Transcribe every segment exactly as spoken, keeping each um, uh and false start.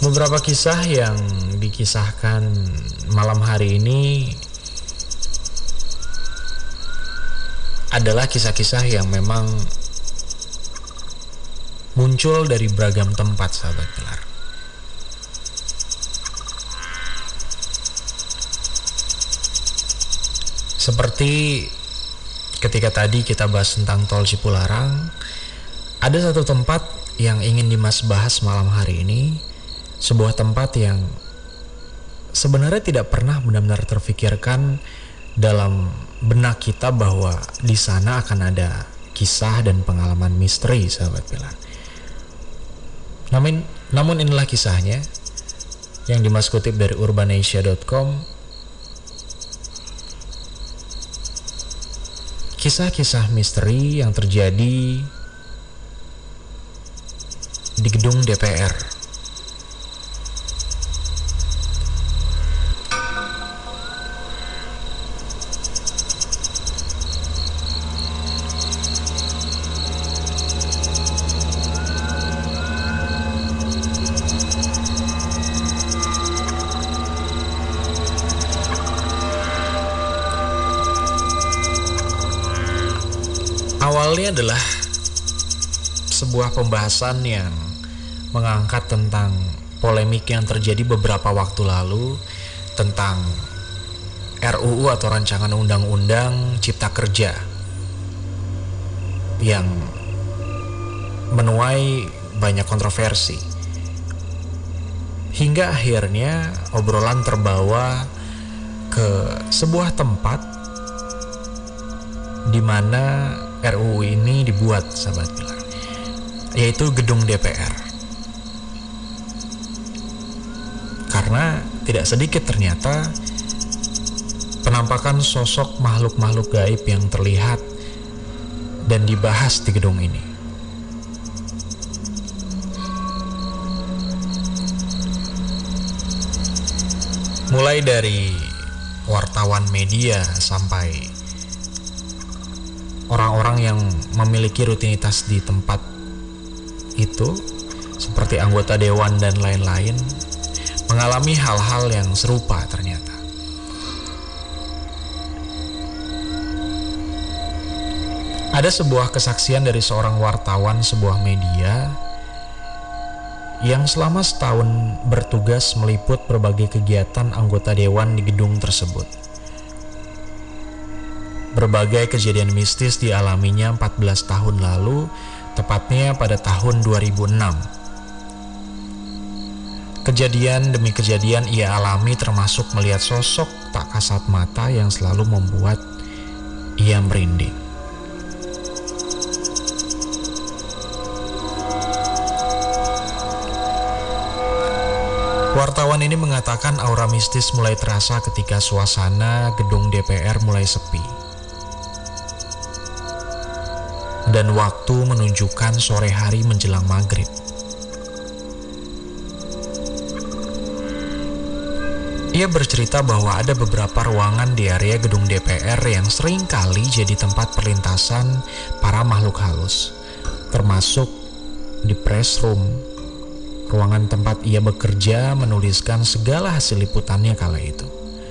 Beberapa kisah yang dikisahkan malam hari ini adalah kisah-kisah yang memang muncul dari beragam tempat, sahabat Pilar. Seperti ketika tadi kita bahas tentang tol Cipularang, ada satu tempat yang ingin Dimas bahas malam hari ini, sebuah tempat yang sebenarnya tidak pernah benar-benar terfikirkan dalam benak kita bahwa di sana akan ada kisah dan pengalaman misteri, sahabat Pilar. Namun, namun inilah kisahnya yang Dimas kutip dari urbanesia dot com. Kisah-kisah misteri yang terjadi di gedung D P R. Awalnya adalah sebuah pembahasan yang mengangkat tentang polemik yang terjadi beberapa waktu lalu tentang R U U atau Rancangan Undang-Undang Cipta Kerja yang menuai banyak kontroversi. Hingga akhirnya obrolan terbawa ke sebuah tempat di mana R U U ini dibuat, sahabat Pilar, yaitu gedung D P R. Karena tidak sedikit ternyata penampakan sosok makhluk-makhluk gaib yang terlihat dan dibahas di gedung ini. Mulai dari wartawan media sampai orang-orang yang memiliki rutinitas di tempat itu, seperti anggota dewan dan lain-lain, mengalami hal-hal yang serupa ternyata. Ada sebuah kesaksian dari seorang wartawan sebuah media yang selama setahun bertugas meliput berbagai kegiatan anggota dewan di gedung tersebut. Berbagai kejadian mistis dialaminya empat belas tahun lalu, tepatnya pada tahun dua ribu enam. Kejadian demi kejadian ia alami, termasuk melihat sosok tak kasat mata yang selalu membuat ia merinding. Wartawan ini mengatakan aura mistis mulai terasa ketika suasana gedung D P R mulai sepi. Dan waktu menunjukkan sore hari menjelang maghrib. Ia bercerita bahwa ada beberapa ruangan di area gedung D P R yang sering kali jadi tempat perlintasan para makhluk halus, termasuk di press room, ruangan tempat ia bekerja menuliskan segala hasil liputannya kala itu.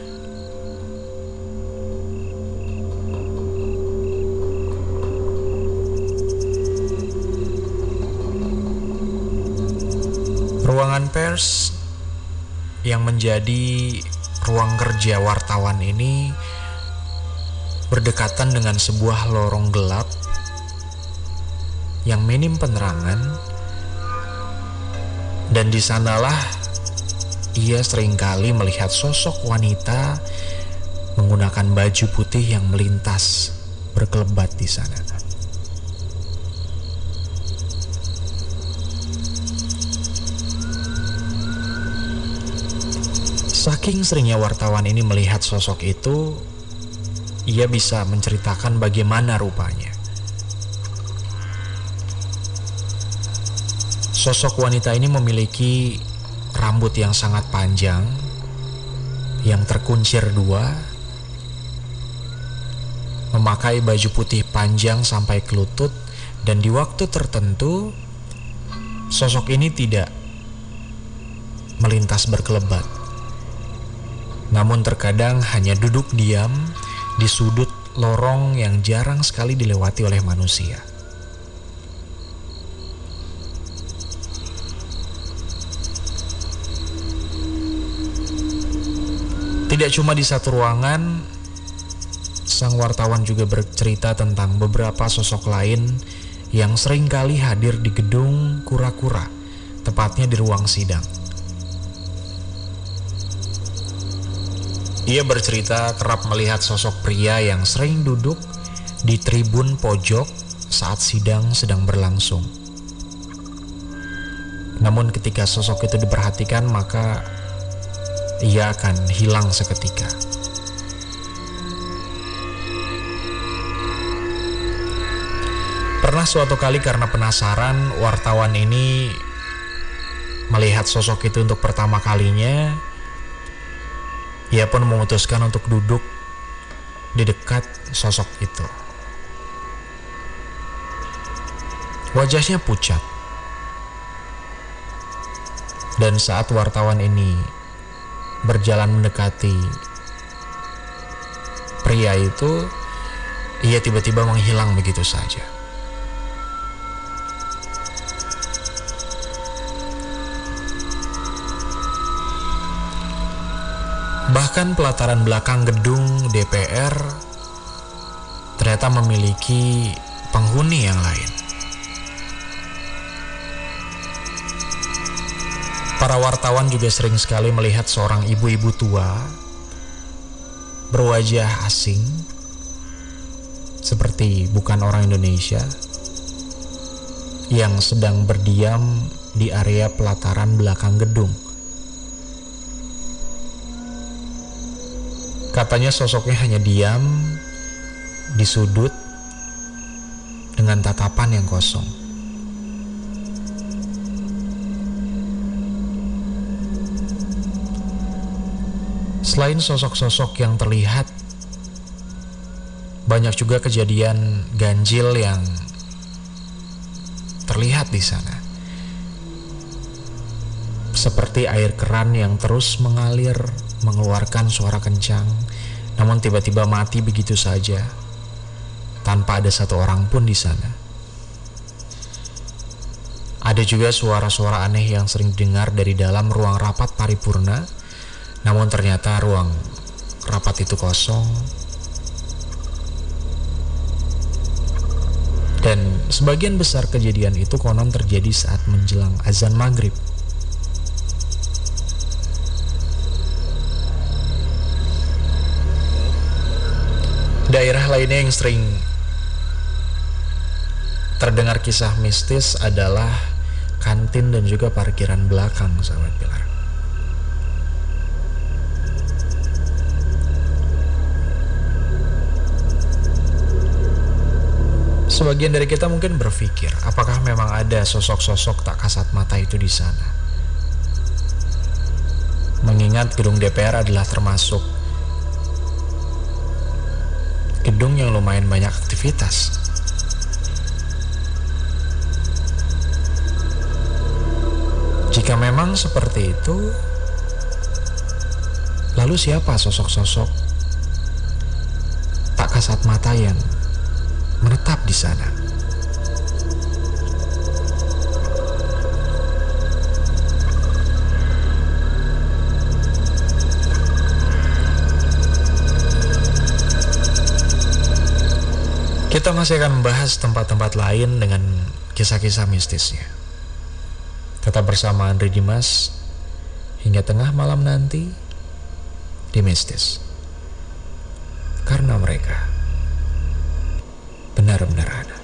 Ruangan pers yang menjadi ruang kerja wartawan ini berdekatan dengan sebuah lorong gelap yang minim penerangan, dan di sanalah ia seringkali melihat sosok wanita menggunakan baju putih yang melintas berkelebat di sana. Saking seringnya wartawan ini melihat sosok itu, ia bisa menceritakan bagaimana rupanya. Sosok wanita ini memiliki rambut yang sangat panjang, yang terkuncir dua, memakai baju putih panjang sampai ke lutut, dan di waktu tertentu, sosok ini tidak melintas berkelebat. Namun terkadang hanya duduk diam di sudut lorong yang jarang sekali dilewati oleh manusia. Tidak cuma di satu ruangan, sang wartawan juga bercerita tentang beberapa sosok lain yang seringkali hadir di gedung kura-kura, tepatnya di ruang sidang. Ia bercerita kerap melihat sosok pria yang sering duduk di tribun pojok saat sidang sedang berlangsung. Namun ketika sosok itu diperhatikan, maka ia akan hilang seketika. Pernah suatu kali karena penasaran, wartawan ini melihat sosok itu untuk pertama kalinya. Ia pun memutuskan untuk duduk di dekat sosok itu. Wajahnya pucat. Dan saat wartawan ini berjalan mendekati pria itu, ia tiba-tiba menghilang begitu saja. Bahkan pelataran belakang gedung D P R ternyata memiliki penghuni yang lain. Para wartawan juga sering sekali melihat seorang ibu-ibu tua berwajah asing, seperti bukan orang Indonesia, yang sedang berdiam di area pelataran belakang gedung. Katanya sosoknya hanya diam di sudut dengan tatapan yang kosong. Selain sosok-sosok yang terlihat, banyak juga kejadian ganjil yang terlihat di sana. Seperti air keran yang terus mengalir, mengeluarkan suara kencang, namun tiba-tiba mati begitu saja, tanpa ada satu orang pun di sana. Ada juga suara-suara aneh yang sering didengar dari dalam ruang rapat paripurna, namun ternyata ruang rapat itu kosong. Dan sebagian besar kejadian itu konon terjadi saat menjelang azan maghrib. Daerah lainnya yang sering terdengar kisah mistis adalah kantin dan juga parkiran belakang, sahabat Pilar. Sebagian dari kita mungkin berpikir, apakah memang ada sosok-sosok tak kasat mata itu di sana? Mengingat gedung D P R adalah termasuk gedung yang lumayan banyak aktivitas. Jika memang seperti itu, lalu siapa sosok-sosok tak kasat mata yang menetap di sana? Kita masih akan membahas tempat-tempat lain dengan kisah-kisah mistisnya. Tetap bersama Andre Dimas hingga tengah malam nanti di Mistis. Karena mereka benar-benar ada.